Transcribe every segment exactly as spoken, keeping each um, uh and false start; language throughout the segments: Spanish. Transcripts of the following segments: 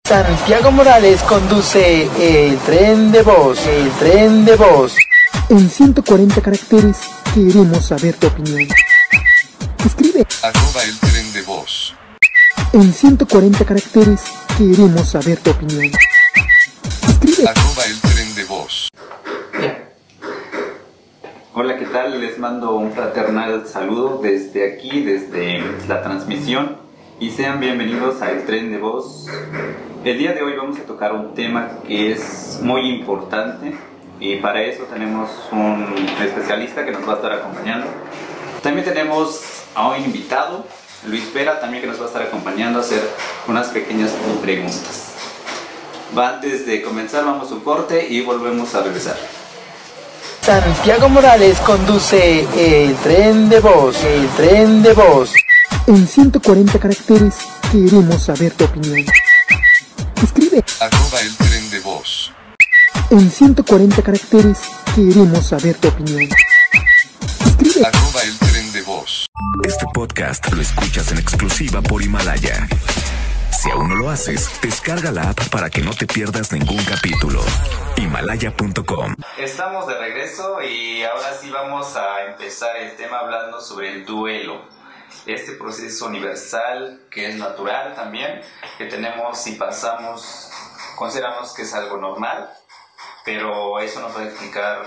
Santiago Morales conduce el tren de voz, el tren de voz. En ciento cuarenta caracteres queremos saber tu opinión. Escribe arroba el tren de voz. En ciento cuarenta caracteres queremos saber tu opinión. Escribe arroba el tren de voz. Hola, ¿qué tal? Les mando un fraternal saludo desde aquí, desde la transmisión, y sean bienvenidos a El Tren de Voz. El día de hoy vamos a tocar un tema que es muy importante y para eso tenemos un especialista que nos va a estar acompañando. También tenemos a un invitado, Luis Vera, también que nos va a estar acompañando a hacer unas pequeñas preguntas. Antes de comenzar vamos a un corte y volvemos a regresar. Santiago Morales conduce el tren de voz, el tren de voz. En ciento cuarenta caracteres queremos saber tu opinión. Escribe arroba el tren de voz. En ciento cuarenta caracteres queremos saber tu opinión. Escribe arroba el tren de voz. Este podcast lo escuchas en exclusiva por Himalaya. Si aún no lo haces, descarga la app para que no te pierdas ningún capítulo. Himalaya punto com. Estamos de regreso y ahora sí vamos a empezar el tema hablando sobre el duelo. Este proceso universal que es natural también, que tenemos y pasamos, consideramos que es algo normal, pero eso nos va a explicar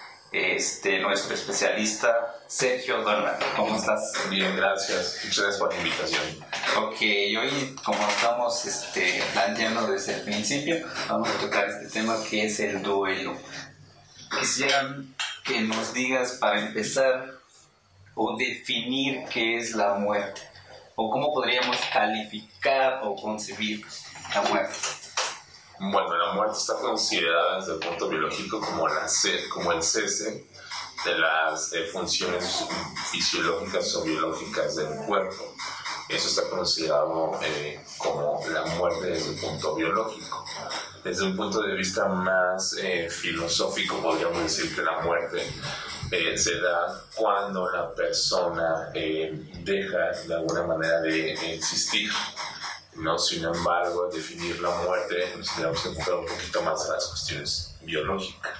este, nuestro especialista Sergio Dornan. ¿Cómo estás? Bien, gracias. Muchas gracias por la invitación. Ok, hoy como estamos este, planteando desde el principio, vamos a tocar este tema que es el duelo. Quisiera que nos digas para empezar o definir qué es la muerte, o cómo podríamos calificar o concebir la muerte. Bueno, la muerte está considerada desde el punto biológico como, la ce- como el cese de las eh, funciones fisiológicas o biológicas del cuerpo. Eso está considerado eh, como la muerte desde el punto biológico. Desde un punto de vista más eh, filosófico, podríamos decir que la muerte eh, se da cuando la persona eh, deja de alguna manera de existir, ¿no? Sin embargo, definir la muerte nos tenemos que enfocar un poquito más a las cuestiones biológicas.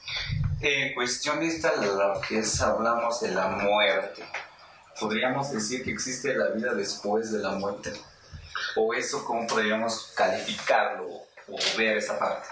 En eh, cuestión esta, lo que es, hablamos de la muerte, ¿podríamos decir que existe la vida después de la muerte? ¿O eso cómo podríamos calificarlo o ver esa parte?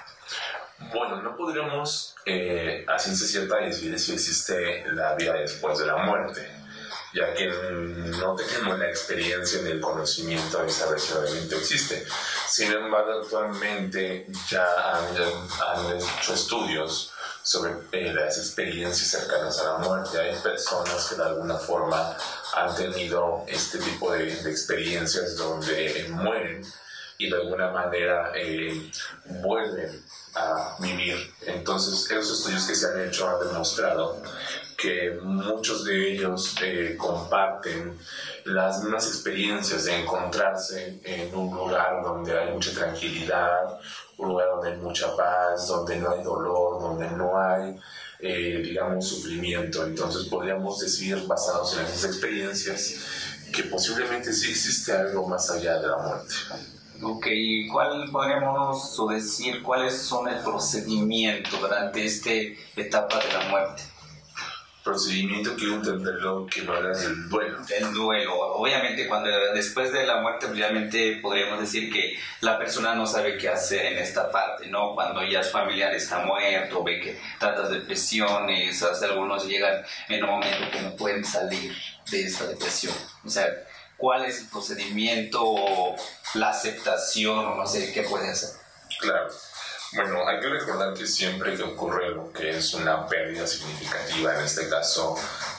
Bueno, no podríamos eh, a ciencia cierta decir si existe la vida después de la muerte, ya que no tenemos la experiencia ni el conocimiento de saber si realmente existe. Sin embargo, actualmente ya han, han hecho estudios sobre eh, las experiencias cercanas a la muerte. Hay personas que de alguna forma han tenido este tipo de, de experiencias donde eh, mueren y de alguna manera eh, vuelven a vivir. Entonces, esos estudios que se han hecho han demostrado que muchos de ellos eh, comparten las mismas experiencias de encontrarse en un lugar donde hay mucha tranquilidad, un lugar donde hay mucha paz, donde no hay dolor, donde no hay, eh, digamos, sufrimiento. Entonces, podríamos decir, basados en esas experiencias, que posiblemente sí existe algo más allá de la muerte. Ok, ¿cuál podríamos decir, cuáles son el procedimiento durante esta etapa de la muerte? Procedimiento, quiero entenderlo, que no era el duelo. El duelo, obviamente cuando después de la muerte, obviamente podríamos decir que la persona no sabe qué hacer en esta parte, ¿no? Cuando ya su familiar está muerto, ve que tantas depresiones, hasta algunos llegan en un momento que no pueden salir de esta depresión. O sea, ¿cuál es el procedimiento o la aceptación o no sé qué puede hacer? Claro. Bueno, hay que recordar que siempre que ocurre lo que es una pérdida significativa, en este caso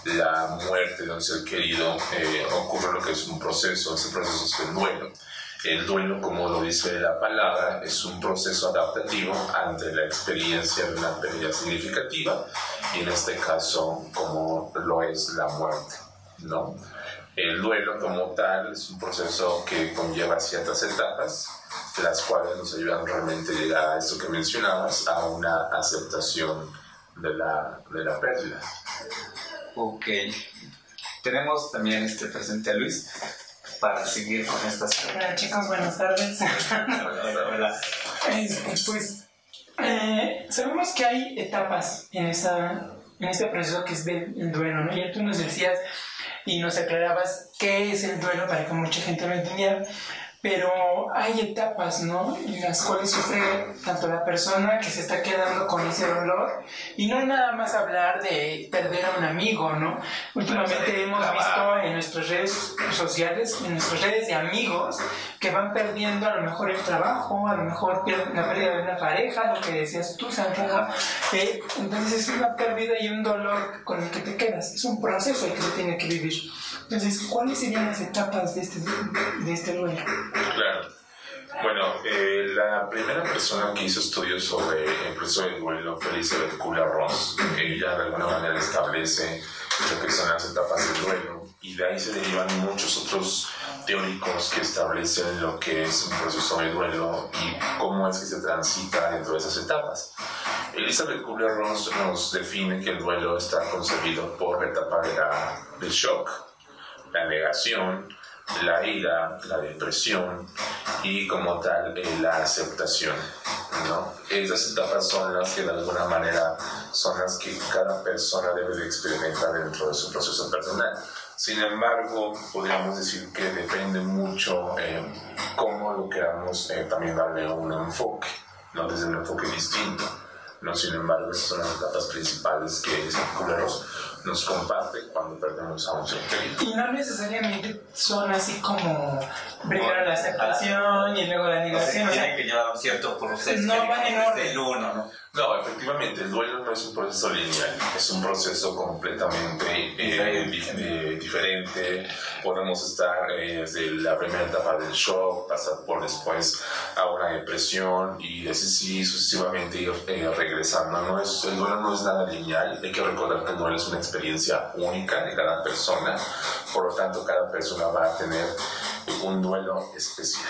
la muerte de un ser querido, eh, ocurre lo que es un proceso, ese proceso es el duelo. El duelo, como lo dice la palabra, es un proceso adaptativo ante la experiencia de una pérdida significativa y en este caso como lo es la muerte, ¿no? El duelo como tal es un proceso que conlleva ciertas etapas, las cuales nos ayudan realmente a llegar a esto que mencionabas, a una aceptación de la, de la pérdida. Ok. Tenemos también este presente a Luis para seguir con estas... Hola chicos, buenas tardes. Hola, hola, hola. Este, pues eh, sabemos que hay etapas en, esa, en este proceso que es del duelo, ¿no? Ya tú nos decías y nos aclarabas qué es el duelo para que mucha gente lo entendiera. Pero hay etapas, ¿no?, en las cuales sufre tanto la persona que se está quedando con ese dolor, y no nada más hablar de perder a un amigo, ¿no? Últimamente hemos visto en nuestras redes sociales, en nuestras redes de amigos, que van perdiendo a lo mejor el trabajo, a lo mejor la pérdida de una pareja, lo que decías tú, Santiago. Eh, entonces es una pérdida y un dolor con el que te quedas, es un proceso el que se tiene que vivir. Entonces, ¿cuáles serían las etapas de este, de este duelo? Claro. Bueno, eh, la primera persona que hizo estudios sobre el proceso del duelo fue Elizabeth Kubler-Ross. Ella de alguna manera establece lo que son las etapas del duelo, y de ahí se derivan muchos otros teóricos que establecen lo que es un proceso de duelo y cómo es que se transita dentro de esas etapas. Elizabeth Kubler-Ross nos define que el duelo está concebido por la etapa de la, del shock, la negación, la ira, la depresión y como tal eh, la aceptación, ¿no? Esas etapas son las que de alguna manera son las que cada persona debe de experimentar dentro de su proceso personal. Sin embargo, podríamos decir que depende mucho eh, cómo lo queramos eh, también darle un enfoque, ¿no? Desde un enfoque distinto, ¿no? Sin embargo, esas son las etapas principales que Kubler-Ross nos comparte cuando perdemos a un ser querido. Y no necesariamente son así como primero la aceptación y luego la negación. O sea, tienen que llevar un cierto proceso. No van en orden. El uno, ¿no? No, efectivamente, el duelo no es un proceso lineal, es un proceso completamente eh, di- de, diferente. Podemos estar eh, desde la primera etapa del shock, pasar por después a una depresión y así sí, sucesivamente ir eh, regresando. No es, el duelo no es nada lineal, hay que recordar que el duelo es una experiencia única de cada persona, por lo tanto cada persona va a tener un duelo especial.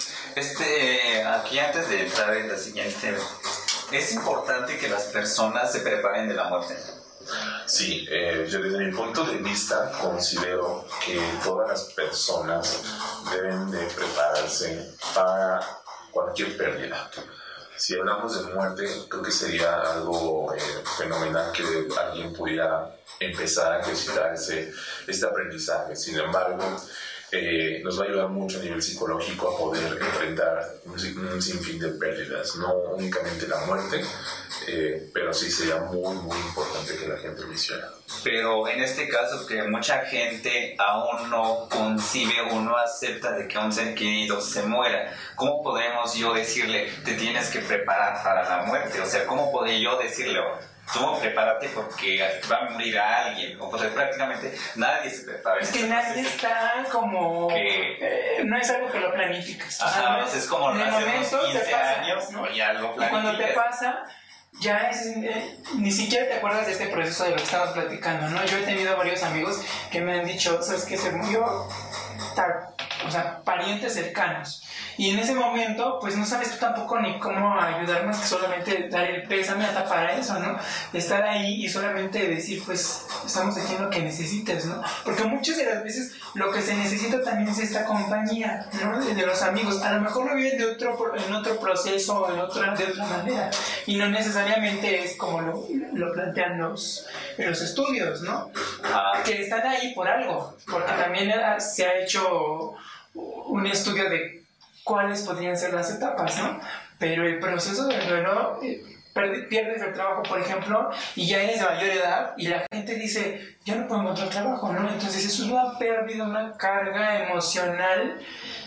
Este, aquí antes de entrar en la siguiente, es importante que las personas se preparen de la muerte. Sí, eh, yo desde mi punto de vista considero que todas las personas deben de prepararse para cualquier pérdida. Si hablamos de muerte, creo que sería algo eh, fenomenal que alguien pudiera empezar a ejercitar ese, este aprendizaje. Sin embargo, Eh, nos va a ayudar mucho a nivel psicológico a poder enfrentar un, un sinfín de pérdidas, no únicamente la muerte, eh, pero sí sería muy, muy importante que la gente lo hiciera. Pero en este caso, que mucha gente aún no concibe o no acepta de que un ser querido se muera, ¿cómo podremos yo decirle, te tienes que preparar para la muerte? O sea, ¿cómo podría yo decirle, tú prepárate porque va a morir a alguien? O pues prácticamente nadie se prepara. Es que nadie está como... Que, eh, no es algo que lo planificas. Ajá, ¿no? pues es como en el hace momento unos te quince pasa, años, ¿no? y algo Y cuando te planificas. pasa, ya es... Eh, ni siquiera te acuerdas de este proceso de lo que estamos platicando, ¿no? Yo he tenido varios amigos que me han dicho, ¿sabes qué? Se murió tal, o sea, parientes cercanos. Y en ese momento, pues no sabes tú tampoco ni cómo ayudar más que solamente dar el pésame hasta para eso, ¿no? Estar ahí y solamente decir, pues, estamos aquí en lo que necesites, ¿no? Porque muchas de las veces lo que se necesita también es esta compañía, ¿no? De, de los amigos. A lo mejor lo viven de otro, en otro proceso o en otra, de otra manera. Y no necesariamente es como lo, lo plantean los, los estudios, ¿no? Ah. Que están ahí por algo. Porque también se ha hecho un estudio de cuáles podrían ser las etapas, ¿no? Pero el proceso del duelo, eh, pierdes el trabajo, por ejemplo, y ya eres de mayor edad, y la gente dice, ya no puedo encontrar trabajo, ¿no? Entonces es una pérdida, una carga emocional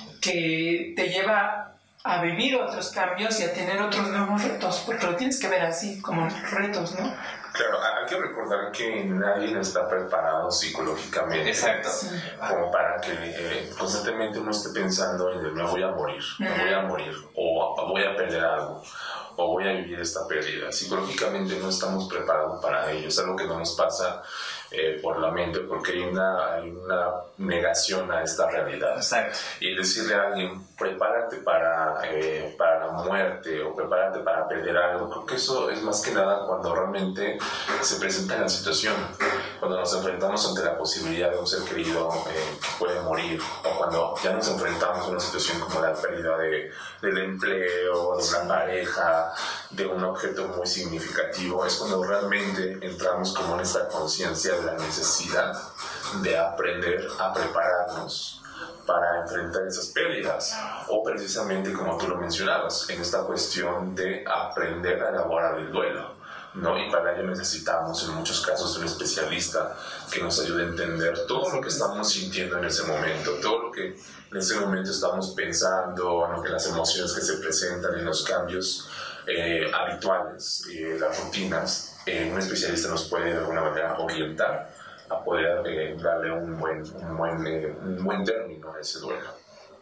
que te lleva a vivir otros cambios y a tener otros nuevos retos, porque lo tienes que ver así, como retos, ¿no? Claro, hay que recordar que nadie está preparado psicológicamente. Exacto. Como para que eh, constantemente uno esté pensando en el me voy a morir, me voy a morir, o voy a perder algo, o voy a vivir esta pérdida. Psicológicamente no estamos preparados para ello. Es algo que no nos pasa eh, por la mente, porque hay una, hay una negación a esta realidad. Exacto. Y decirle a alguien, prepárate para, eh, para la muerte o prepárate para perder algo, creo que eso es más que nada cuando realmente se presenta la situación, cuando nos enfrentamos ante la posibilidad de un ser querido eh, que puede morir, o cuando ya nos enfrentamos a una situación como la pérdida de, del empleo, de una pareja, de un objeto muy significativo, es cuando realmente entramos como en esta conciencia de la necesidad de aprender a prepararnos para enfrentar esas pérdidas, o precisamente como tú lo mencionabas, en esta cuestión de aprender a elaborar el duelo, ¿no? Y para ello necesitamos en muchos casos un especialista que nos ayude a entender todo lo que estamos sintiendo en ese momento, todo lo que en ese momento estamos pensando, ¿no? Que las emociones que se presentan en los cambios eh, habituales, eh, las rutinas, eh, un especialista nos puede de alguna manera orientar a poder eh, darle un buen, un, buen, eh, un buen término a ese duelo.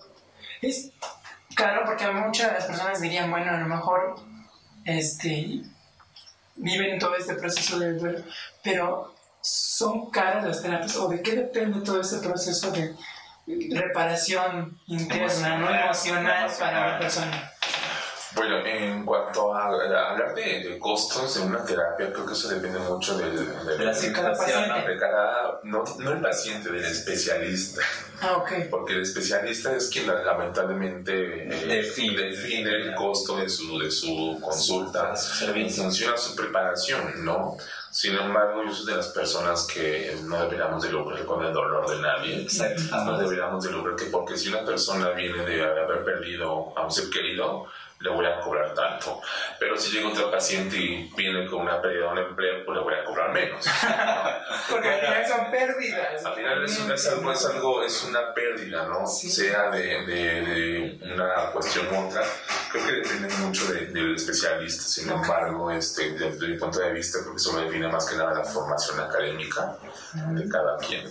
Es claro, porque muchas de las personas dirían, bueno, a lo mejor este, viven todo este proceso del duelo, pero ¿son caras las terapias? ¿O de qué depende todo ese proceso de reparación interna, no emocional para la persona? Bueno, en cuanto a, a hablar de, de costos de una terapia, creo que eso depende mucho del, del, de la situación, ¿no? de cada, no, no el paciente, del especialista. Ah, ok. Porque el especialista es quien lamentablemente eh, define. define el costo de su, de su consulta en función a su preparación, ¿no? Sin embargo, yo soy de las personas que no deberíamos de lucrar con el dolor de nadie. Exacto. No deberíamos de lucrar que porque si una persona viene de haber perdido a un ser querido, le voy a cobrar tanto. Pero si llega otro paciente y viene con una pérdida de un empleo, pues le voy a cobrar menos, ¿no? Porque al final son pérdidas. Al final es, un, es, algo, es, algo, es una pérdida, ¿no? Sí. Sea de, de, de una cuestión u otra. Creo que depende mucho de, del especialista. Sin okay. embargo, este, desde mi punto de vista, creo que eso define más que nada la formación académica de cada quien.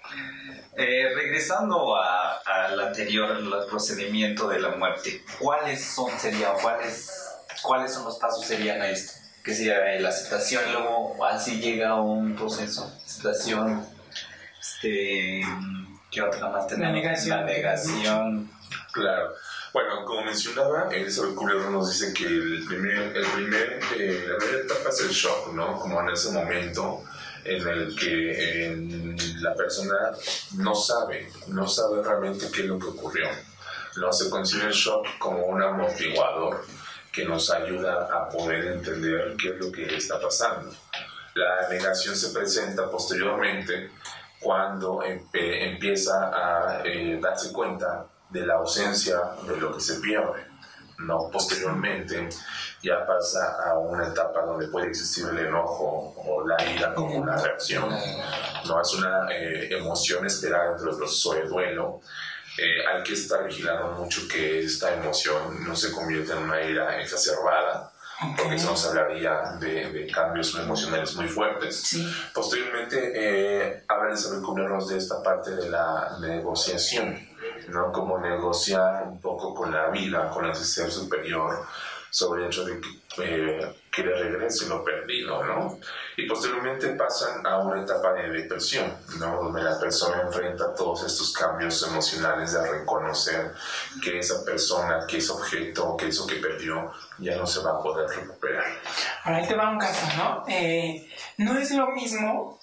Eh, regresando a, al anterior, al procedimiento de la muerte, ¿cuáles son, sería, cuáles, cuáles son los pasos serían a esto? Que sería la aceptación, luego así llega un proceso, aceptación, este, ¿qué otra más tenemos? La negación. La negación. Claro. Bueno, como mencionaba, Elizabeth Kubler nos dice que el primer, el primer, eh, la primera etapa es el shock, ¿no? Como en ese momento en el que eh, la persona no sabe, no sabe realmente qué es lo que ocurrió. No se considera el shock como un amortiguador que nos ayuda a poder entender qué es lo que está pasando. La negación se presenta posteriormente cuando empe- empieza a eh, darse cuenta de la ausencia de lo que se pierde, ¿no? Posteriormente ya pasa a una etapa donde puede existir el enojo o la ira como una reacción, no es una eh, emoción esperada dentro del proceso de duelo. Eh, hay que estar vigilando mucho que esta emoción no se convierta en una ira exacerbada, porque eso nos hablaría de, de cambios emocionales muy fuertes. Sí. Posteriormente eh, habla Elizabeth Kubler-Ross de esta parte de la negociación, ¿no? Como negociar un poco con la vida, con ese ser superior, sobre el hecho de que, eh, que le regrese lo perdido, ¿no? Y posteriormente pasan a una etapa de depresión, ¿no? Donde la persona enfrenta todos estos cambios emocionales de reconocer que esa persona, que ese objeto, que eso que perdió, ya no se va a poder recuperar. Ahora ahí te va un caso, ¿no? Eh, no es lo mismo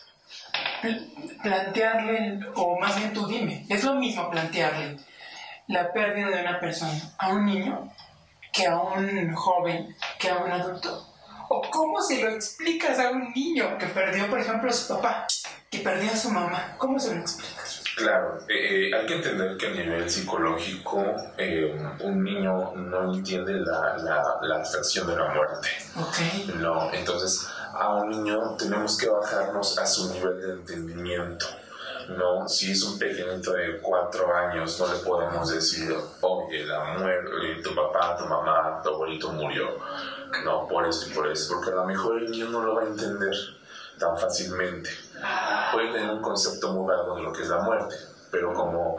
plantearle, o más bien tú dime, es lo mismo plantearle la pérdida de una persona a un niño que a un joven, que a un adulto. ¿O cómo se lo explicas a un niño que perdió, por ejemplo, a su papá, que perdió a su mamá? ¿Cómo se lo explicas? Claro, eh, hay que entender que a nivel psicológico eh, un niño no entiende la, la, la abstracción de la muerte. Okay. No, entonces a un niño tenemos que bajarnos a su nivel de entendimiento. No, si es un pequeñito de cuatro años, no le podemos decir, oye, la muerte, tu papá, tu mamá, tu abuelito murió. No, por esto y por eso, porque a lo mejor el niño no lo va a entender tan fácilmente. Puede tener un concepto muy vago de lo que es la muerte, pero como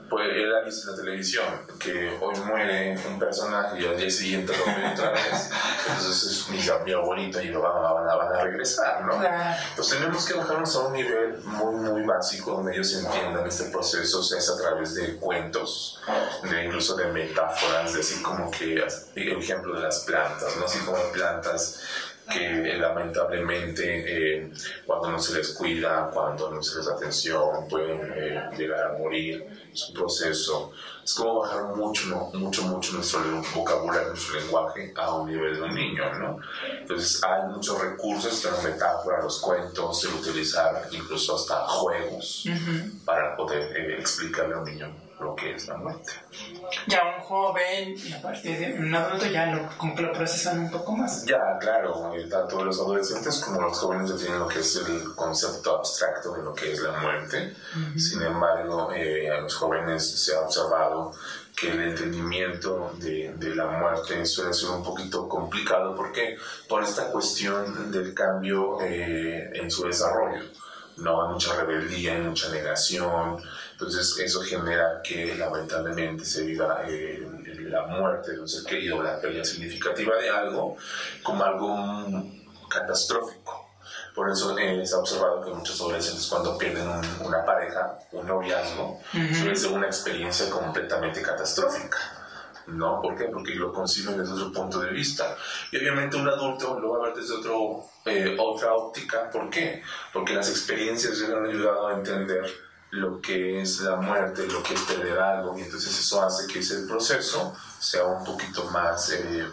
pues él ha visto en la televisión que hoy muere un personaje y al día siguiente lo ve otra vez, entonces es mi, mi abuelito y lo van, van, a, van a regresar, ¿no? Claro. Entonces tenemos que bajarnos a un nivel muy muy básico donde ellos entiendan este proceso, o sea, es a través de cuentos, de, incluso de metáforas, de así como que el ejemplo de las plantas, ¿no? Así como plantas que lamentablemente eh, cuando no se les cuida, cuando no se les da atención, pueden eh, llegar a morir. Es un proceso. Es como bajar mucho, ¿no? mucho, mucho nuestro vocabulario, nuestro lenguaje a un nivel de un niño, ¿no? Entonces hay muchos recursos, la metáfora, los cuentos, el utilizar incluso hasta juegos uh-huh. para poder eh, explicarle a un niño lo que es la muerte. Ya un joven y aparte de un adulto ya lo, como que lo procesan un poco más. Ya, claro, eh, tanto los adolescentes como los jóvenes ya tienen lo que es el concepto abstracto de lo que es la muerte. Uh-huh. Sin embargo, eh, a los jóvenes se ha observado que el entendimiento de, de la muerte suele ser un poquito complicado. ¿Por qué? Por esta cuestión del cambio eh, en su desarrollo. No, hay mucha rebeldía, hay mucha negación. Entonces eso genera que lamentablemente se viva eh, la muerte de un ser querido, la pérdida significativa de algo, como algo mm, catastrófico. Por eso eh, se ha observado que muchos adolescentes cuando pierden un, una pareja, un noviazgo, uh-huh. suele ser una experiencia completamente catastrófica. ¿No? ¿Por qué? Porque lo conciben desde otro punto de vista. Y obviamente un adulto lo va a ver desde otro, eh, otra óptica. ¿Por qué? Porque las experiencias le han ayudado a entender lo que es la muerte, lo que es perder algo, y entonces eso hace que ese proceso sea un poquito más, eh,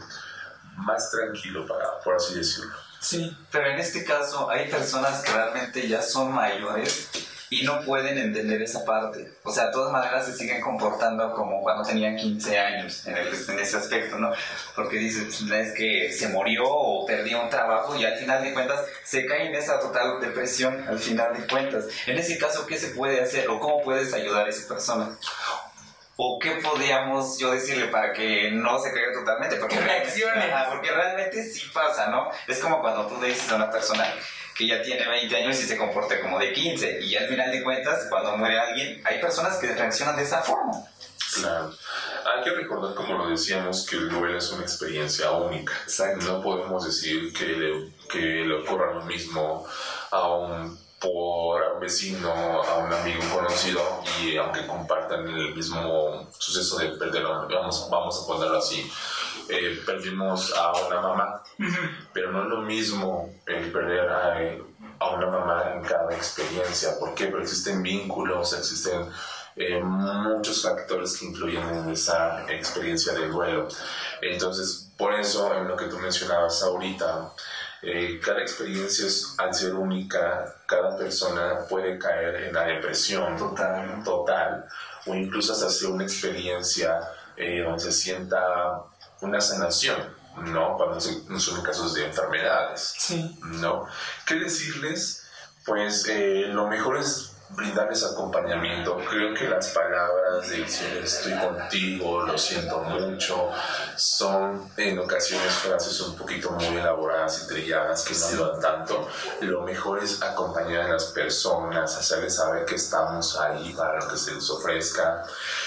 más tranquilo, para, por así decirlo. Sí, pero en este caso hay personas que realmente ya son mayores y no pueden entender esa parte. O sea, de todas maneras se siguen comportando como cuando tenían quince años en, el, en ese aspecto, ¿no? Porque dices, es que se murió o perdió un trabajo y al final de cuentas se cae en esa total depresión al final de cuentas. En ese caso, ¿qué se puede hacer o cómo puedes ayudar a esa persona? ¿O qué podríamos yo decirle para que no se caiga totalmente? Porque reaccione. Porque realmente sí pasa, ¿no? Es como cuando tú le dices a una persona que ya tiene veinte años y se comporta como de quince, y al final de cuentas, cuando muere alguien, hay personas que reaccionan de esa forma. Claro. Hay que recordar, como lo decíamos, que el duelo es una experiencia única. Exacto. No podemos decir que le, que le ocurra lo mismo a un, por, a un vecino, a un amigo, un conocido, y aunque compartan el mismo suceso de perder, vamos, vamos a ponerlo así, eh, perdimos a una mamá, uh-huh. pero no es lo mismo el perder a, a una mamá en cada experiencia. ¿Por qué? Porque existen vínculos, existen eh, muchos factores que influyen en esa experiencia del duelo. Entonces, por eso, en lo que tú mencionabas ahorita, eh, cada experiencia es, al ser única, cada persona puede caer en la depresión total, total o incluso hasta hacer una experiencia eh, donde se sienta una sanación, ¿no? Cuando son casos de enfermedades, sí. ¿no? ¿Qué decirles? Pues eh, lo mejor es brindarles acompañamiento. Creo que las palabras de decir estoy contigo, lo siento mucho, son en ocasiones frases un poquito muy elaboradas y trilladas que no ayudan tanto. Lo mejor es acompañar a las personas, hacerles saber que estamos ahí para lo que se les ofrezca.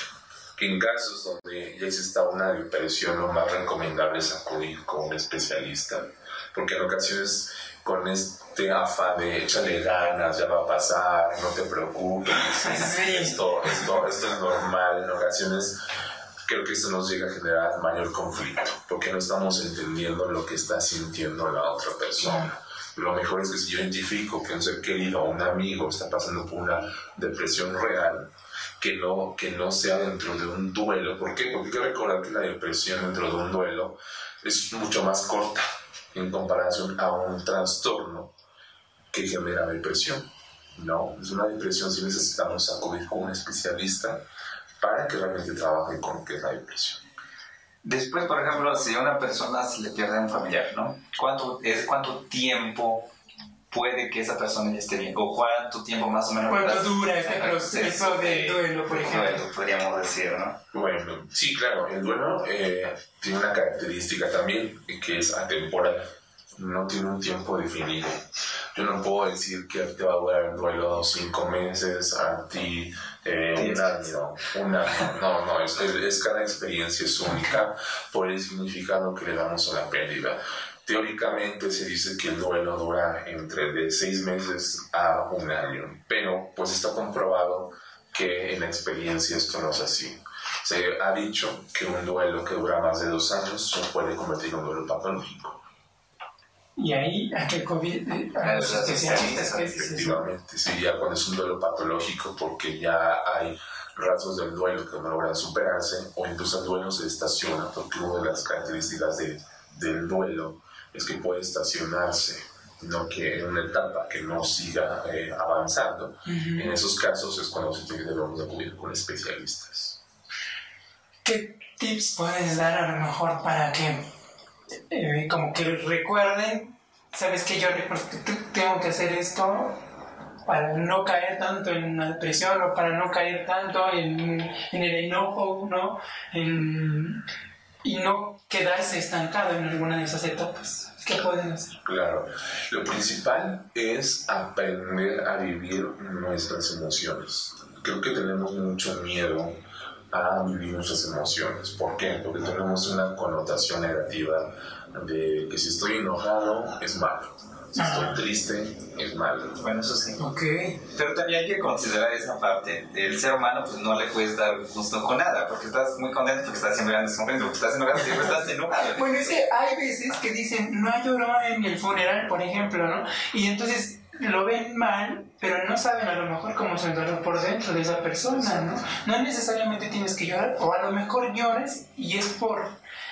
En casos donde ya exista una depresión, lo más recomendable es acudir con un especialista, porque en ocasiones con este afán de échale ganas, ya va a pasar, no te preocupes, sí. esto, esto, esto es normal, en ocasiones creo que esto nos llega a generar mayor conflicto, porque no estamos entendiendo lo que está sintiendo la otra persona. Lo mejor es que si yo identifico que un ser querido o un amigo está pasando por una depresión real, que no, que no sea dentro de un duelo. ¿Por qué? Porque hay que recordar que la depresión dentro de un duelo es mucho más corta en comparación a un trastorno que genera depresión. No, es una depresión si necesitamos acudir con un especialista para que realmente trabaje con lo que es la depresión. Después, por ejemplo, si a una persona se le pierde un familiar, ¿no? ¿Cuánto, es, ¿Cuánto tiempo puede que esa persona ya esté bien? ¿O cuánto tiempo más o menos? ¿Cuánto dura este proceso de duelo, por ejemplo? Duelo, podríamos decir, ¿no? Bueno, sí, claro, el duelo eh, tiene una característica también que es atemporal. no tiene un tiempo definido. Yo no puedo decir que te va a durar el duelo cinco meses, a ti eh, un año, un año. No, no, es, es cada experiencia es única por el significado que le damos a la pérdida. Teóricamente se dice que el duelo dura entre de seis meses a un año, pero pues está comprobado que en la experiencia esto no es así. Se ha dicho que un duelo que dura más de dos años se puede convertir en un duelo patológico. Y ahí, ¿a qué COVID? A los especialistas que dicen. Efectivamente, sí, ya cuando es un duelo patológico, porque ya hay rasgos del duelo que no logran superarse, o incluso el duelo se estaciona, porque una de las características de, del duelo es que puede estacionarse, no que en una etapa que no siga eh, avanzando. Uh-huh. En esos casos es cuando se debemos acudir con especialistas. ¿Qué tips puedes dar a lo mejor para que eh, como que recuerden, sabes que yo tengo que hacer esto para no caer tanto en la depresión o para no caer tanto en, en el enojo, ¿no? En, y no quedarse estancado en alguna de esas etapas? ¿Qué pueden hacer? Claro, lo principal es aprender a vivir nuestras emociones. Creo que tenemos mucho miedo a vivir nuestras emociones. ¿Por qué? Porque tenemos una connotación negativa de que si estoy enojado es malo, si estoy triste es malo. Bueno, eso sí. Okay. Pero también hay que considerar esa parte. El ser humano pues no le puedes dar gusto con nada, porque estás muy contento, porque estás siempre sonriendo, porque estás enojado, siempre estás enojado. Bueno, es que hay veces que dicen, no lloró en el funeral, por ejemplo, ¿no? Y entonces lo ven mal, pero no saben a lo mejor cómo se el dolor por dentro de esa persona, ¿no? No necesariamente tienes que llorar, o a lo mejor llores y es por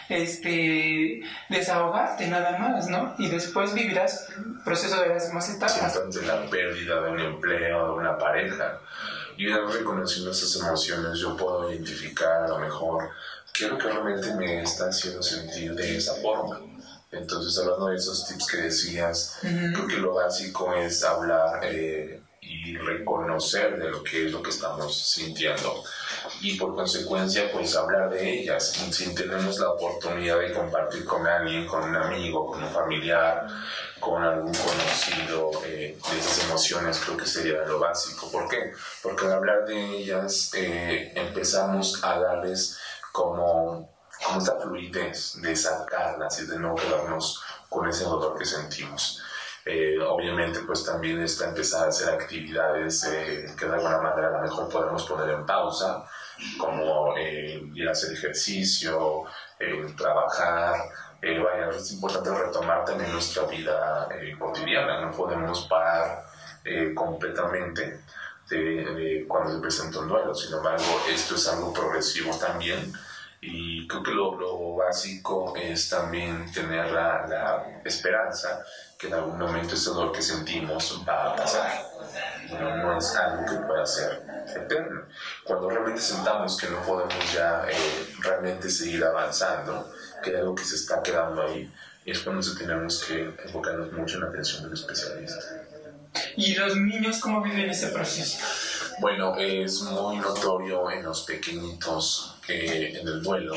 este desahogarte nada más, ¿no? Y después vivirás el proceso de las demás etapas. Entonces la pérdida de un empleo, de una pareja, y una vez reconociendo esas emociones yo puedo identificar a lo mejor qué es lo que realmente me está haciendo sentir de esa forma. Entonces, hablando de esos tips que decías, uh-huh. creo que lo básico es hablar eh, y reconocer de lo que es lo que estamos sintiendo. Y por consecuencia, pues hablar de ellas. Si tenemos la oportunidad de compartir con alguien, con un amigo, con un familiar, con algún conocido eh, de esas emociones, creo que sería lo básico. ¿Por qué? Porque al hablar de ellas eh, empezamos a darles como... como esta fluidez de sacarlas y de no quedarnos con ese dolor que sentimos. Eh, obviamente pues también está empezar a hacer actividades eh, que de alguna manera a lo mejor podemos poner en pausa, como eh, ir a hacer ejercicio, eh, trabajar. Eh, vaya, es importante retomar también nuestra vida eh, cotidiana, no podemos parar eh, completamente de, de cuando se presenta un duelo. Sin embargo, esto es algo progresivo también. Y creo que lo, lo básico es también tener la, la esperanza que en algún momento ese dolor que sentimos va a pasar. No, no es algo que pueda ser eterno. Cuando realmente sentamos que no podemos ya eh, realmente seguir avanzando, que hay algo que se está quedando ahí, es cuando tenemos que enfocarnos mucho en la atención del especialista. ¿Y los niños cómo viven ese proceso? Bueno, es muy notorio en los pequeñitos eh, en el duelo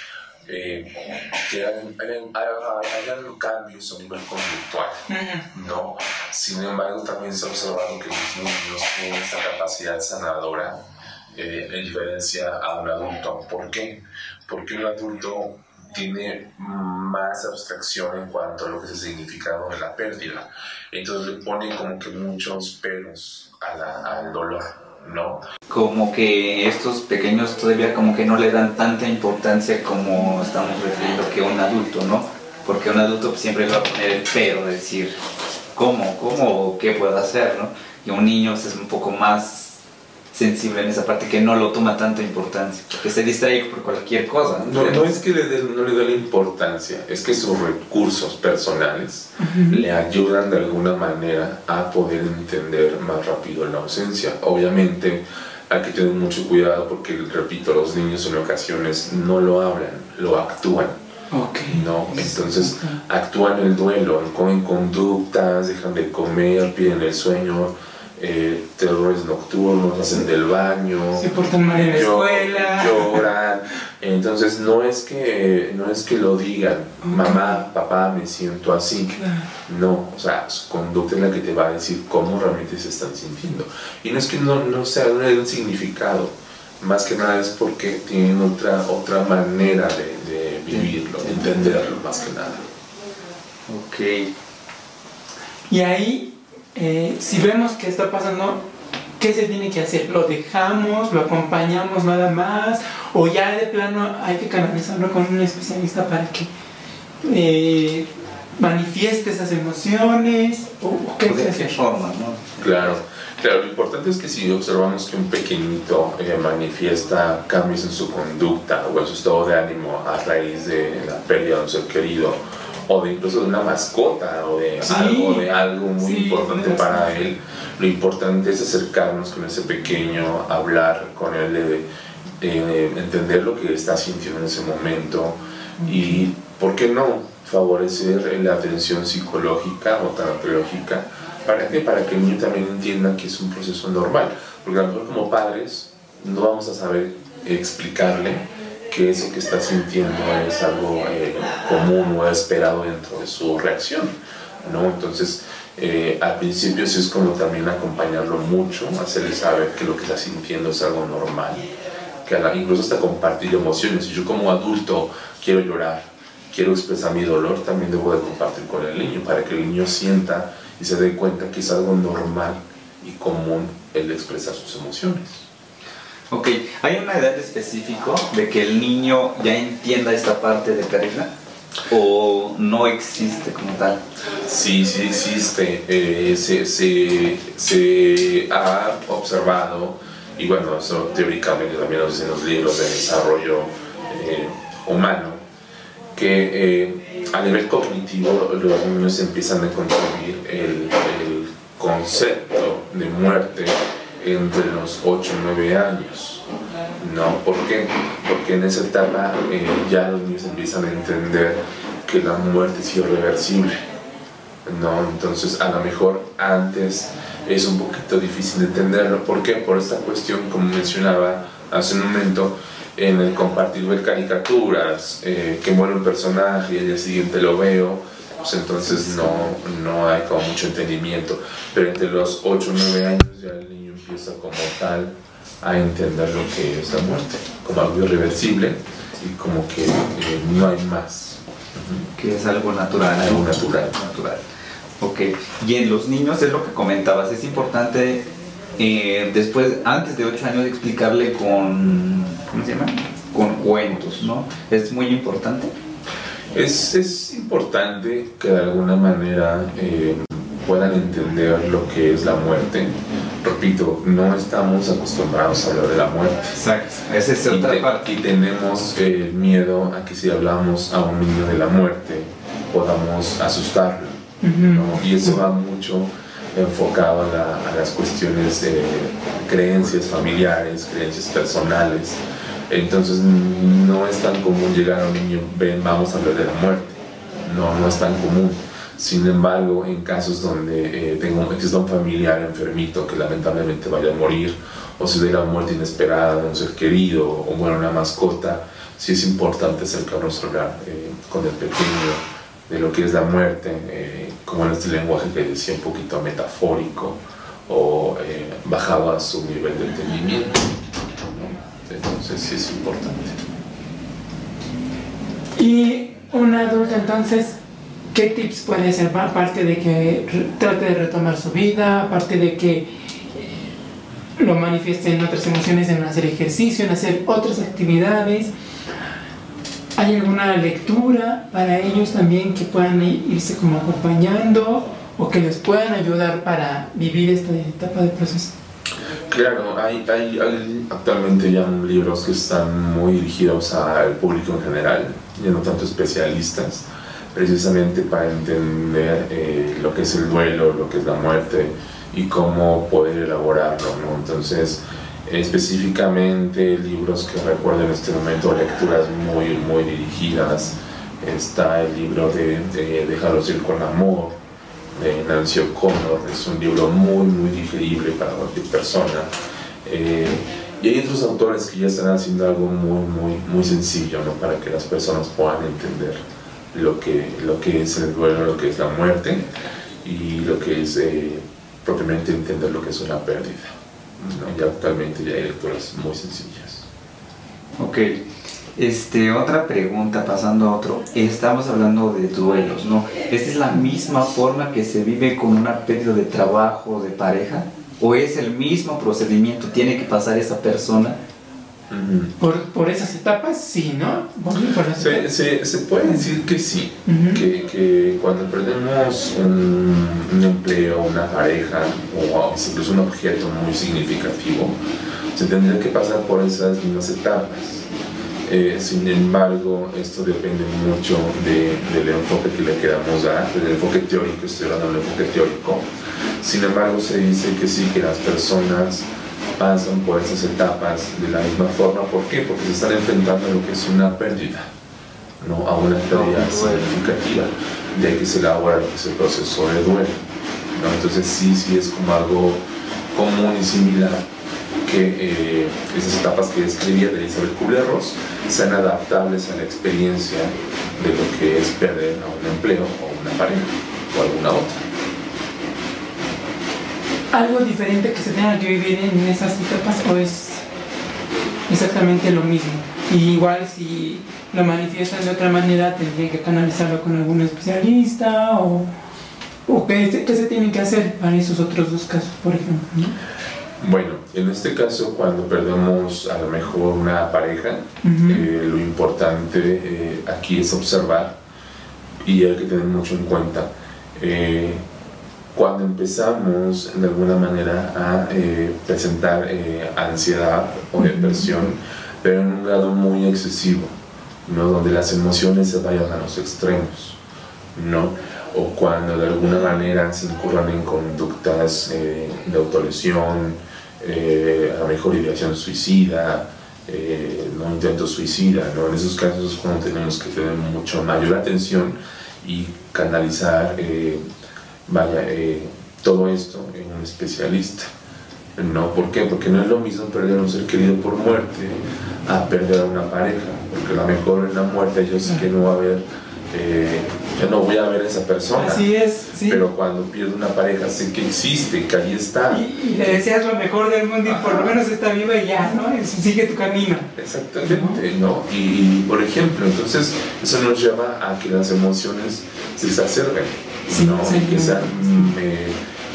eh, que hayan, hayan, hayan cambios a nivel conductual, uh-huh. ¿no? Sin embargo, también se ha observado que los niños tienen esta capacidad sanadora eh, en diferencia a un adulto. ¿Por qué? Porque un adulto tiene más abstracción en cuanto a lo que es el significado de la pérdida. Entonces le pone como que muchos peros a la, al dolor, ¿no? Como que estos pequeños todavía como que no le dan tanta importancia como estamos refiriendo que un adulto, ¿no? Porque un adulto siempre le va a poner el pero, de decir ¿cómo? ¿Cómo? ¿Qué puedo hacer? ¿no? Y un niño es un poco más sensible en esa parte, que no lo toma tanta importancia, porque se distrae por cualquier cosa. No, no, no es que le dé, no le dé la importancia, es que sus recursos personales uh-huh. le ayudan de alguna manera a poder entender más rápido la ausencia. Obviamente hay que tener mucho cuidado porque, repito, los niños en ocasiones no lo hablan, lo actúan. Okay. ¿No? Entonces okay. actúan el duelo, comen conductas, dejan de comer, piden el sueño, Eh, terrores nocturnos, hacen del baño, se portan mal en la escuela, lloran, Entonces no es que, no es que lo digan, mamá, papá, me siento así. No, o sea, su conducta es la que te va a decir cómo realmente se están sintiendo. Y no es que no, no sea no hay un significado, más que nada es porque tienen otra, otra manera de, de vivirlo, de entenderlo más que nada. Ok. Y ahí, eh, si vemos que está pasando, ¿qué se tiene que hacer? ¿Lo dejamos? ¿Lo acompañamos nada más? ¿O ya de plano hay que canalizarlo con un especialista para que eh, manifieste esas emociones? ¿O qué, ¿De qué forma, no? Claro, claro, lo importante es que si observamos que un pequeñito eh, manifiesta cambios en su conducta o en su estado de ánimo a raíz de la pérdida de un ser querido, o de incluso de una mascota o de, sí, algo, de algo muy sí, importante para él, lo importante es acercarnos con ese pequeño, hablar con él, de, eh, entender lo que está sintiendo en ese momento y, ¿por qué no?, favorecer la atención psicológica o tanatológica. ¿Para qué? Para que el niño también entienda que es un proceso normal, porque a lo mejor como padres no vamos a saber explicarle que eso que está sintiendo es algo eh, común o esperado dentro de su reacción, ¿no? Entonces, eh, al principio sí es como también acompañarlo mucho, hacerle saber que lo que está sintiendo es algo normal, que a la, incluso hasta compartir emociones. Si yo como adulto quiero llorar, quiero expresar mi dolor, también debo de compartir con el niño, para que el niño sienta y se dé cuenta que es algo normal y común el expresar sus emociones. Ok, ¿hay una edad específica de que el niño ya entienda esta parte de pérdida? ¿O no existe como tal? Sí, sí existe. Eh, se, se, se ha observado, y bueno, eso teóricamente también lo dicen los libros de desarrollo eh, humano, que eh, a nivel cognitivo los niños empiezan a construir el, el concepto de muerte entre los ocho y nueve años, ¿no? ¿Por qué? Porque en esa etapa eh, ya los niños empiezan a entender que la muerte es irreversible, ¿no? Entonces a lo mejor antes es un poquito difícil de entenderlo. ¿Por qué? Por esta cuestión, como mencionaba hace un momento, en el compartir ver caricaturas, eh, que muere un personaje y al día siguiente lo veo, pues entonces no, no hay como mucho entendimiento. Pero entre los ocho o nueve años ya el niño empieza como tal a entender lo que es la muerte, como algo irreversible y como que eh, no hay más. Que es algo natural. Algo natural. natural. Ok, y en los niños es lo que comentabas, es importante eh, después, antes de ocho años, explicarle con, ¿cómo se llama? Con cuentos, ¿no? Es muy importante. Es, es importante que de alguna manera eh, puedan entender lo que es la muerte. Repito, no estamos acostumbrados a hablar de la muerte. Exacto, esa es otra y te, parte. Y tenemos eh, miedo a que si hablamos a un niño de la muerte podamos asustarlo, ¿no? Y eso va mucho enfocado a, la, a las cuestiones de creencias familiares, creencias personales. Entonces no es tan común llegar a un niño, ven, vamos a hablar de la muerte. No, no es tan común. Sin embargo, en casos donde eh, tengo, exista un familiar enfermito que lamentablemente vaya a morir, o si de la muerte inesperada de un ser querido, o muere una mascota, sí es importante acercarnos a hablar eh, con el pequeño de lo que es la muerte, eh, como en este lenguaje que decía, un poquito metafórico, o eh, bajado a su nivel de entendimiento, ¿no? Entonces sí es importante. Y un adulto, entonces, ¿qué tips puede ser? Aparte de que trate de retomar su vida, aparte de que lo manifieste en otras emociones, en hacer ejercicio, en hacer otras actividades. ¿Hay alguna lectura para ellos también que puedan irse como acompañando o que les puedan ayudar para vivir esta etapa de proceso? Claro, hay, hay, hay actualmente ya libros que están muy dirigidos al público en general, ya no tanto especialistas, precisamente para entender eh, lo que es el duelo, lo que es la muerte y cómo poder elaborarlo, ¿no? Entonces, específicamente libros que recuerdo en este momento, lecturas muy, muy dirigidas, está el libro de, de Déjalos ir con amor, de Nancy O'Connor. Es un libro muy, muy digerible para cualquier persona. Eh, Y hay otros autores que ya están haciendo algo muy, muy, muy sencillo, ¿no? Para que las personas puedan entender lo que, lo que es el duelo, lo que es la muerte y lo que es eh, propiamente entender lo que es una pérdida, ¿no? Ya actualmente ya hay lecturas muy sencillas. Ok, este, otra pregunta, pasando a otro. Estamos hablando de duelos, ¿no? ¿Esta es la misma forma que se vive con una pérdida de trabajo, de pareja? ¿O es el mismo procedimiento? ¿Tiene que pasar esa persona? Uh-huh. Por, por esas etapas, sí, ¿no? Por, por esas Se, etapas. se, se puede decir que sí, Uh-huh. que, que cuando perdemos un, un empleo, una pareja o incluso un objeto muy significativo, se tendría que pasar por esas mismas etapas. Eh, sin embargo, esto depende mucho de, del enfoque que le queramos dar, del enfoque teórico, estoy hablando del enfoque teórico. Sin embargo, se dice que sí, que las personas pasan por esas etapas de la misma forma. ¿Por qué? Porque se están enfrentando a lo que es una pérdida, ¿no? A una pérdida significativa, de ahí que se elabora lo que es el proceso de duelo, ¿no? Entonces sí, sí es como algo común y similar que eh, esas etapas que describía de Elizabeth Kubler-Ross sean adaptables a la experiencia de lo que es perder a un empleo o una pareja o alguna otra. ¿Algo diferente que se tenga que vivir en esas etapas o es exactamente lo mismo? Y igual si lo manifiestan de otra manera tendrían que canalizarlo con algún especialista o, o qué, qué se tiene que hacer para esos otros dos casos, por ejemplo, ¿no? Bueno, en este caso cuando perdemos a lo mejor una pareja, uh-huh. eh, lo importante eh, aquí es observar y hay que tener mucho en cuenta eh, cuando empezamos de alguna manera a eh, presentar eh, ansiedad o depresión, uh-huh. pero en un grado muy excesivo, ¿no? Donde las emociones se vayan a los extremos, ¿no? O cuando de alguna manera se incurran en conductas eh, de autolesión, eh, a lo mejor ideación suicida, eh, no intento suicida, ¿no? En esos casos es cuando tenemos que tener mucho mayor atención y canalizar eh, vaya, eh, todo esto en un especialista, ¿no? ¿Por qué? Porque no es lo mismo perder a un ser querido por muerte a perder a una pareja, porque a lo mejor en la muerte yo sé que no va a haber Eh, yo no voy a ver a esa persona. Así es, sí. Pero cuando pierdo una pareja sé que existe, que ahí está. Y, y le deseas lo mejor del mundo y por lo menos está viva y ya, ¿no? Sigue tu camino. Exactamente, ¿no? Y, y por ejemplo, entonces eso nos lleva a que las emociones se exacerben, sí, ¿no? Sí, que sean, eh,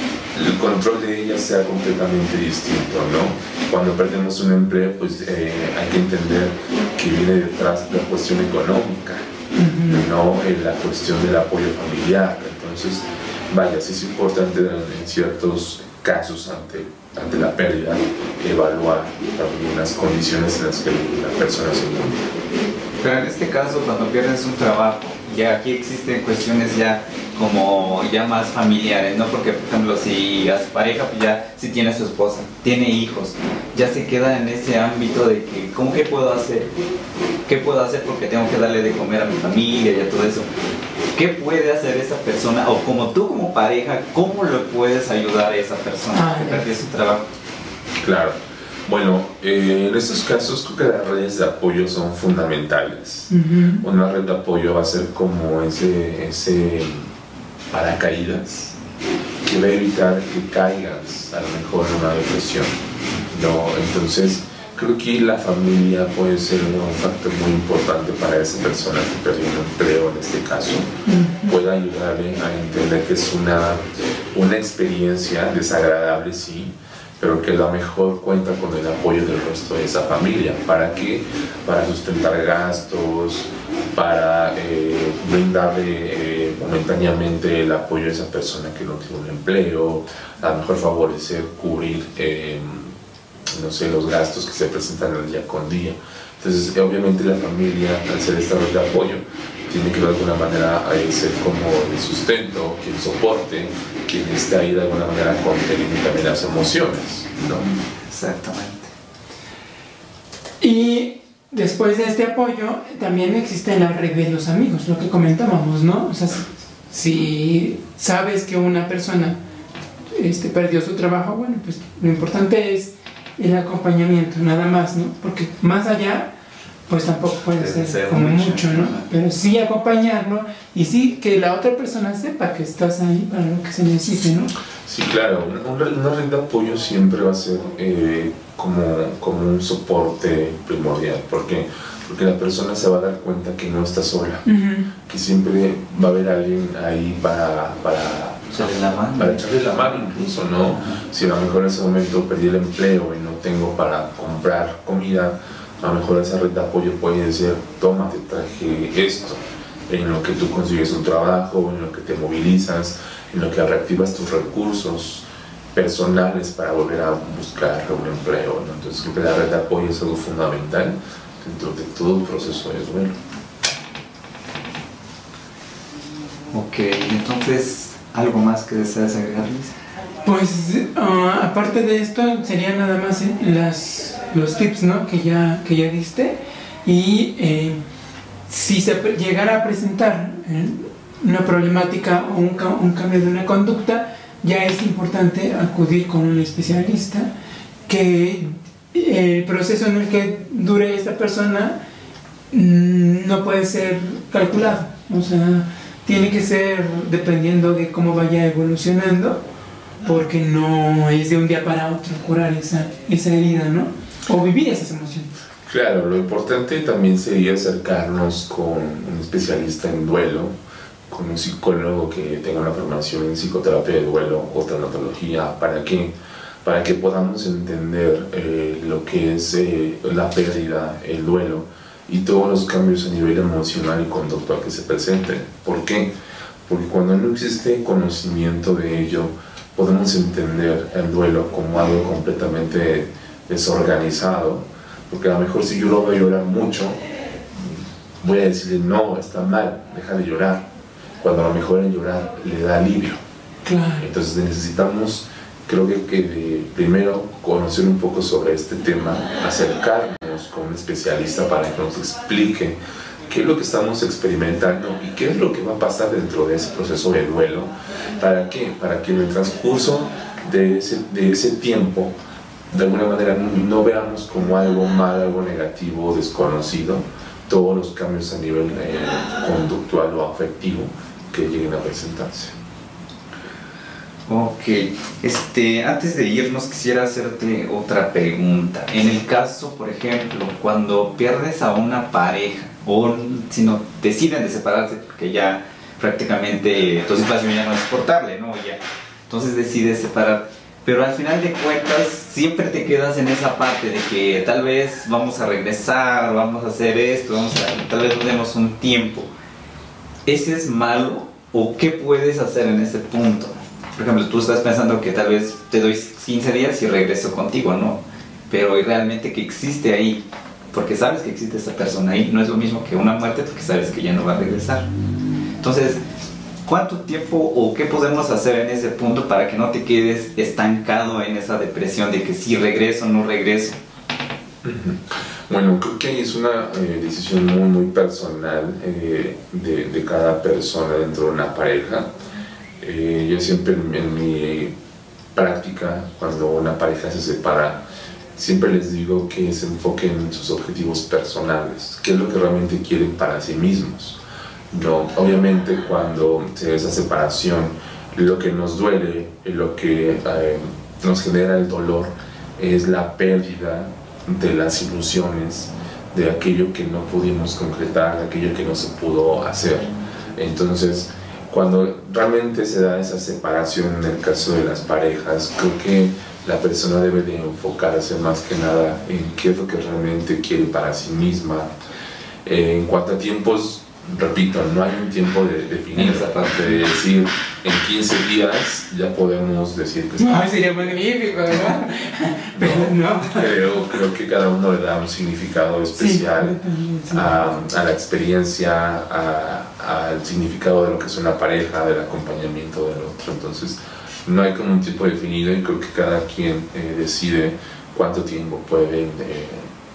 el control de ellas sea completamente distinto, ¿no? Cuando perdemos un empleo, pues eh, hay que entender que viene detrás la cuestión económica. Uh-huh. No en la cuestión del apoyo familiar. Entonces, vaya, sí es importante en ciertos casos ante, ante la pérdida evaluar también las condiciones en las que la persona se encuentra. Pero en este caso, cuando pierdes un trabajo, ya aquí existen cuestiones ya como ya más familiares, ¿no? Porque, por ejemplo, si a su pareja, pues ya si tiene a su esposa, tiene hijos, ya se queda en ese ámbito de que, ¿cómo que puedo hacer? ¿Qué puedo hacer porque tengo que darle de comer a mi familia y a todo eso? ¿Qué puede hacer esa persona? O como tú como pareja, ¿cómo le puedes ayudar a esa persona ah, que perdió su trabajo? Claro. Bueno, eh, en estos casos creo que las redes de apoyo son fundamentales. Uh-huh. Una red de apoyo va a ser como ese, ese paracaídas que va a evitar que caigas a lo mejor en una depresión, ¿no? Entonces creo que la familia puede ser un factor muy importante para esa persona que perdió un empleo en este caso. Uh-huh. Puede ayudarle a entender que es una, una experiencia desagradable, sí, pero que a lo mejor cuenta con el apoyo del resto de esa familia. ¿Para qué? Para sustentar gastos, para eh, brindarle eh, momentáneamente el apoyo a esa persona que no tiene un empleo, a lo mejor favorecer, cubrir eh, no sé, los gastos que se presentan el día con día. Entonces, obviamente la familia, al ser esta red de apoyo, tiene que de alguna manera eh, ser como el sustento, quien soporte, quien está ahí de alguna manera conteniendo también las emociones, ¿no? Exactamente. Y después de este apoyo, también existe la red de los amigos, lo que comentábamos, ¿no? O sea, si sabes que una persona este, perdió su trabajo, bueno, pues lo importante es el acompañamiento, nada más, ¿no? Porque más allá, pues tampoco puede ser, ser como mucho, mucho, ¿no? Pero sí acompañarlo y sí que la otra persona sepa que estás ahí para lo que se necesite, ¿no? Sí, claro, una, una red de apoyo siempre va a ser eh, como, como un soporte primordial, porque, porque la persona se va a dar cuenta que no está sola, uh-huh. que siempre va a haber alguien ahí para... para echarle la mano. Para echarle la mano incluso, ¿no? Uh-huh. Si a lo mejor en ese momento perdí el empleo y no tengo para comprar comida, a lo mejor esa red de apoyo puede decir, toma, te traje esto, en lo que tú consigues un trabajo, en lo que te movilizas, en lo que reactivas tus recursos personales para volver a buscar un empleo, ¿no? Entonces creo que la red de apoyo es algo fundamental dentro de todo el proceso de duelo. Ok, entonces, ¿algo más que deseas agregarles? Pues uh, aparte de esto serían nada más eh, las, los tips, ¿no? que, ya, que ya diste, y eh, si se llegara a presentar eh, una problemática o un, un cambio de una conducta, ya es importante acudir con un especialista, que el proceso en el que dure esta persona mmm, no puede ser calculado, o sea, tiene que ser dependiendo de cómo vaya evolucionando, porque no es de un día para otro curar esa, esa herida, ¿no? O vivir esas emociones. Claro, lo importante también sería acercarnos con un especialista en duelo, con un psicólogo que tenga una formación en psicoterapia de duelo o tanatología, para que, para que podamos entender eh, lo que es eh, la pérdida, el duelo y todos los cambios a nivel emocional y conductual que se presenten. ¿Por qué? Porque cuando no existe conocimiento de ello, podemos entender el duelo como algo completamente desorganizado, porque a lo mejor si yo lo veo llorar mucho, voy a decirle, no, está mal, deja de llorar, cuando a lo mejor el llorar le da alivio. Claro. Entonces necesitamos, creo que, que de, primero conocer un poco sobre este tema, acercarnos con un especialista para que nos explique qué es lo que estamos experimentando y qué es lo que va a pasar dentro de ese proceso de duelo. ¿Para qué? Para que en el transcurso de ese, de ese tiempo, de alguna manera, no, no veamos como algo mal, algo negativo, desconocido, todos los cambios a nivel eh, conductual o afectivo que lleguen a presentarse. Ok, este, antes de irnos quisiera hacerte otra pregunta. En el caso, por ejemplo, cuando pierdes a una pareja o si no deciden de separarse porque ya prácticamente tu situación ya no es soportable, ¿no? Ya, entonces decides separar, pero al final de cuentas siempre te quedas en esa parte de que tal vez vamos a regresar, vamos a hacer esto, vamos a, tal vez nos demos un tiempo. ¿Ese es malo o qué puedes hacer en ese punto? Por ejemplo, tú estás pensando que tal vez te doy quince días y regreso contigo, ¿no? Pero realmente que existe ahí, porque sabes que existe esa persona ahí, no es lo mismo que una muerte porque sabes que ya no va a regresar. Entonces, ¿cuánto tiempo o qué podemos hacer en ese punto para que no te quedes estancado en esa depresión de que si regreso o no regreso? Bueno, creo que es una eh, decisión muy, muy personal eh, de, de cada persona dentro de una pareja. Eh, yo siempre en, en mi práctica, cuando una pareja se separa, siempre les digo que se enfoquen en sus objetivos personales, qué es lo que realmente quieren para sí mismos. No, obviamente cuando se da esa separación, lo que nos duele, lo que eh, nos genera el dolor es la pérdida de las ilusiones, de aquello que no pudimos concretar, de aquello que no se pudo hacer. Entonces, cuando realmente se da esa separación en el caso de las parejas, creo que la persona debe de enfocarse más que nada en qué es lo que realmente quiere para sí misma. Eh, en cuanto a tiempos, repito, no hay un tiempo de, definido, aparte de decir en quince días ya podemos decir que no, sería magnífico, ¿verdad? Pero no, no. Creo, creo que cada uno le da un significado especial sí, sí. A, a la experiencia, a, al significado de lo que es una pareja, del acompañamiento del otro. Entonces no hay como un tiempo definido y creo que cada quien eh, decide cuánto tiempo puede eh,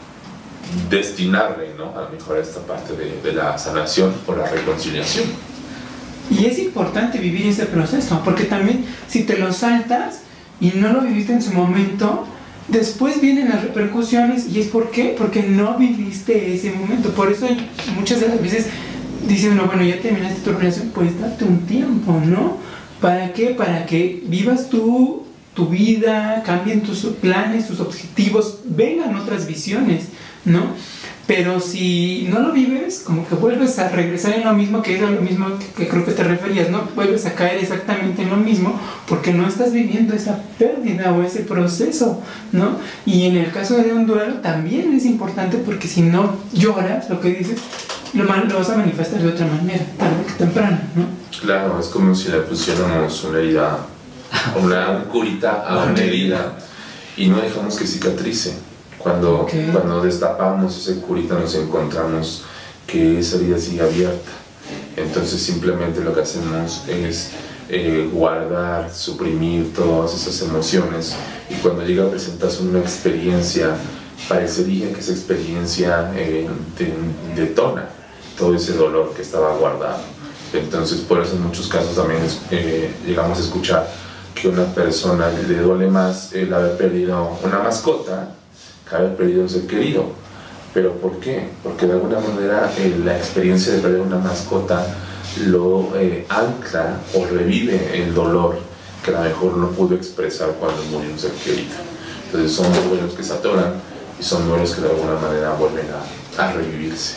destinarle, ¿no? A lo mejor a esta parte de, de la sanación o la reconciliación. Y es importante vivir ese proceso, porque también si te lo saltas y no lo viviste en su momento, después vienen las repercusiones. ¿Y es por qué? Porque no viviste ese momento. Por eso muchas de las veces dice uno, bueno, ya terminaste tu relación, pues date un tiempo, ¿no? ¿Para qué? Para que vivas tú tu vida, cambien tus planes, tus objetivos, vengan otras visiones, ¿no? Pero si no lo vives, como que vuelves a regresar en lo mismo, que era lo mismo que, que creo que te referías, ¿no? Vuelves a caer exactamente en lo mismo porque no estás viviendo esa pérdida o ese proceso, ¿no? Y en el caso de un duelo también es importante porque si no lloras, lo que dices, lo, lo vas a manifestar de otra manera, tarde que temprano, ¿no? Claro, es como si le pusiéramos una herida, una, un curita a una herida y no dejamos que cicatrice. Cuando, okay. cuando destapamos ese curita nos encontramos que esa herida sigue abierta. Entonces simplemente lo que hacemos es eh, guardar, suprimir todas esas emociones, y cuando llega a presentarse una experiencia, parecería que esa experiencia eh, de, detona todo ese dolor que estaba guardado. Entonces por eso en muchos casos también eh, llegamos a escuchar que a una persona le duele más el haber perdido una mascota que haber perdido un ser querido. ¿Pero por qué? Porque de alguna manera eh, la experiencia de perder una mascota lo eh, ancla o revive el dolor que a lo mejor no pudo expresar cuando murió un ser querido. Entonces son duelos que se atoran y son duelos que de alguna manera vuelven a, a revivirse.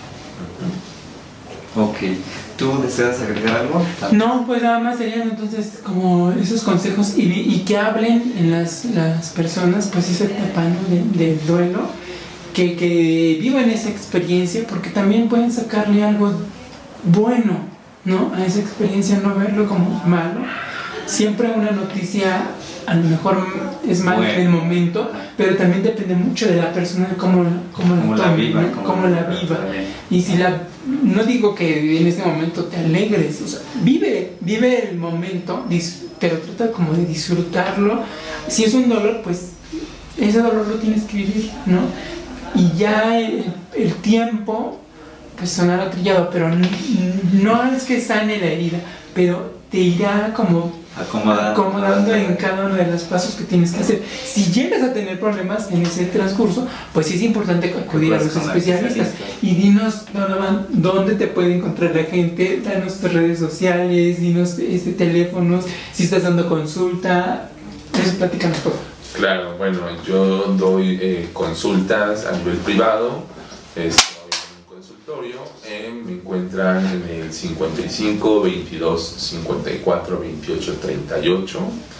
Ok, ¿tú deseas agregar algo? No, pues nada más serían entonces como esos consejos y, y que hablen en las, las personas, pues esa etapa, ¿no? de, del duelo, que, que vivan esa experiencia, porque también pueden sacarle algo bueno, ¿no? A esa experiencia, no verlo como malo. Siempre una noticia a lo mejor es mala bueno. en el momento, pero también depende mucho de la persona, de cómo, cómo, cómo la, la tome, viva, ¿no? cómo, cómo la viva. Y si la, no digo que en este momento te alegres, o sea, vive, vive el momento, pero trata como de disfrutarlo. Si es un dolor, pues ese dolor lo tienes que vivir, ¿no? Y ya el, el tiempo, pues sonará trillado, pero no, no es que sane la herida, pero te irá como Acomodando. acomodando en cada uno de los pasos que tienes que hacer. Si llegas a tener problemas en ese transcurso, pues sí es importante acudir a los especialistas. Y dinos, Donovan, dónde te puede encontrar la gente, danos tus redes sociales, dinos este, teléfonos, si estás dando consulta, eso platícanos todo. Claro, bueno, yo doy eh, consultas a nivel privado, estoy en un consultorio, eh, me encuentran en el cincuenta y cinco, veintidós, cincuenta y cuatro, veintiocho, treinta y ocho.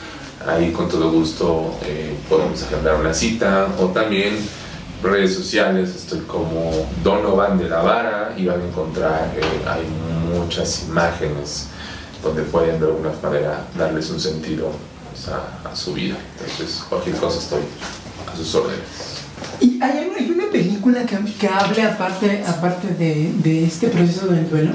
Ahí con todo gusto eh, podemos agendar una cita, o también redes sociales, estoy como Donovan de la Vara y van a encontrar, eh, hay muchas imágenes donde pueden de alguna manera darles un sentido pues, a, a su vida. Entonces cualquier cosa estoy a sus órdenes. ¿Y hay una, hay una película que, que hable aparte, aparte de, de este proceso del duelo?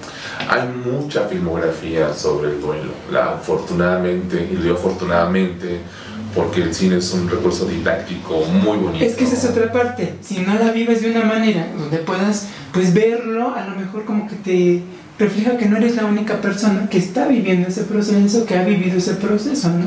Hay mucha filmografía sobre el duelo, la, afortunadamente, y digo afortunadamente porque el cine es un recurso didáctico muy bonito. Es que esa es otra parte, si no la vives de una manera donde puedas pues verlo, a lo mejor como que te refleja que no eres la única persona que está viviendo ese proceso, que ha vivido ese proceso, ¿no?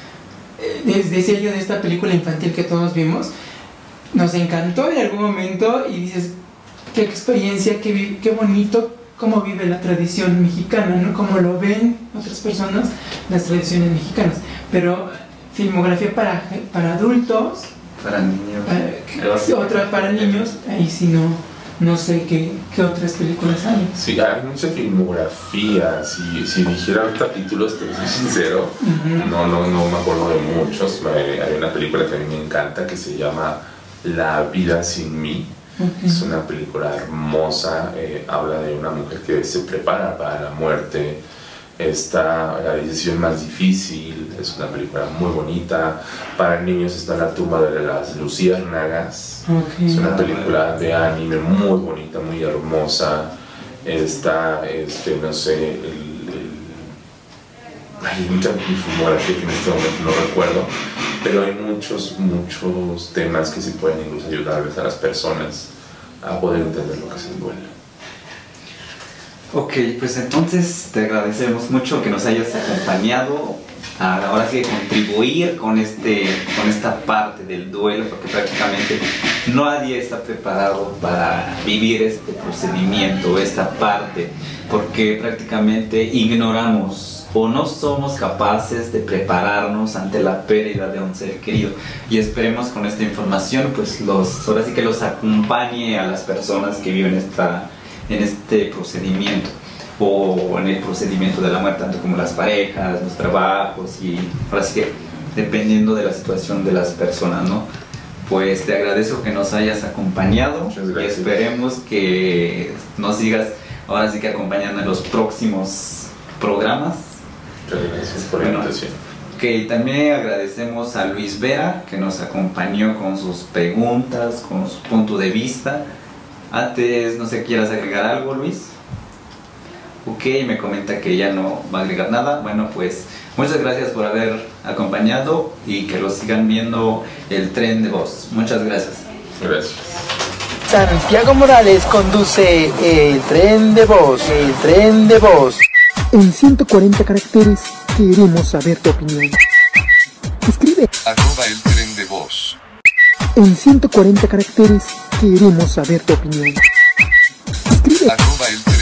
Eh, decía yo de esta película infantil que todos vimos, nos encantó en algún momento y dices, qué experiencia, qué, qué bonito cómo vive la tradición mexicana, ¿no? Cómo lo ven otras personas las tradiciones mexicanas. Pero filmografía para, para adultos, para niños, para, otra para niños, ahí sí no, no sé qué, qué otras películas hay. Sí, hay mucha filmografía. Si, si dijera ahorita títulos, te soy sincero, uh-huh. no, no, no me acuerdo de muchos. Hay una película que a mí me encanta que se llama La vida sin mí. Okay. Es una película hermosa, eh, habla de una mujer que se prepara para la muerte, está la decisión más difícil, es una película muy bonita. Para niños está La tumba de las luciérnagas, okay. Es una película de anime muy bonita, muy hermosa. Está, este, no sé, el, el... hay mucha filmografía que en este momento no recuerdo, pero hay muchos, muchos temas que sí pueden incluso ayudarles a las personas a poder entender lo que es el duelo. Ok, pues entonces te agradecemos mucho que nos hayas acompañado a ahora sí contribuir con, este, con esta parte del duelo, porque prácticamente nadie está preparado para vivir este procedimiento, esta parte, porque prácticamente ignoramos o no somos capaces de prepararnos ante la pérdida de un ser querido. Y esperemos con esta información, pues los, ahora sí que los acompañe a las personas que viven esta, en este procedimiento, o en el procedimiento de la muerte, tanto como las parejas, los trabajos, y ahora sí que dependiendo de la situación de las personas, ¿no? Pues te agradezco que nos hayas acompañado y esperemos que nos sigas ahora sí que acompañando en los próximos programas. Muchas gracias por la invitación. Que también agradecemos a Luis Vera, que nos acompañó con sus preguntas, con su punto de vista. Antes, no sé, ¿quieras agregar algo, Luis? Ok, me comenta que ya no va a agregar nada. Bueno, pues muchas gracias por haber acompañado y que lo sigan viendo el Tren de Voz. Muchas gracias. Gracias. Santiago Morales conduce el Tren de Voz, el Tren de Voz. En ciento cuarenta caracteres queremos saber tu opinión. Escribe Arroba el tren de voz. en ciento cuarenta caracteres queremos saber tu opinión. Escribe Arroba el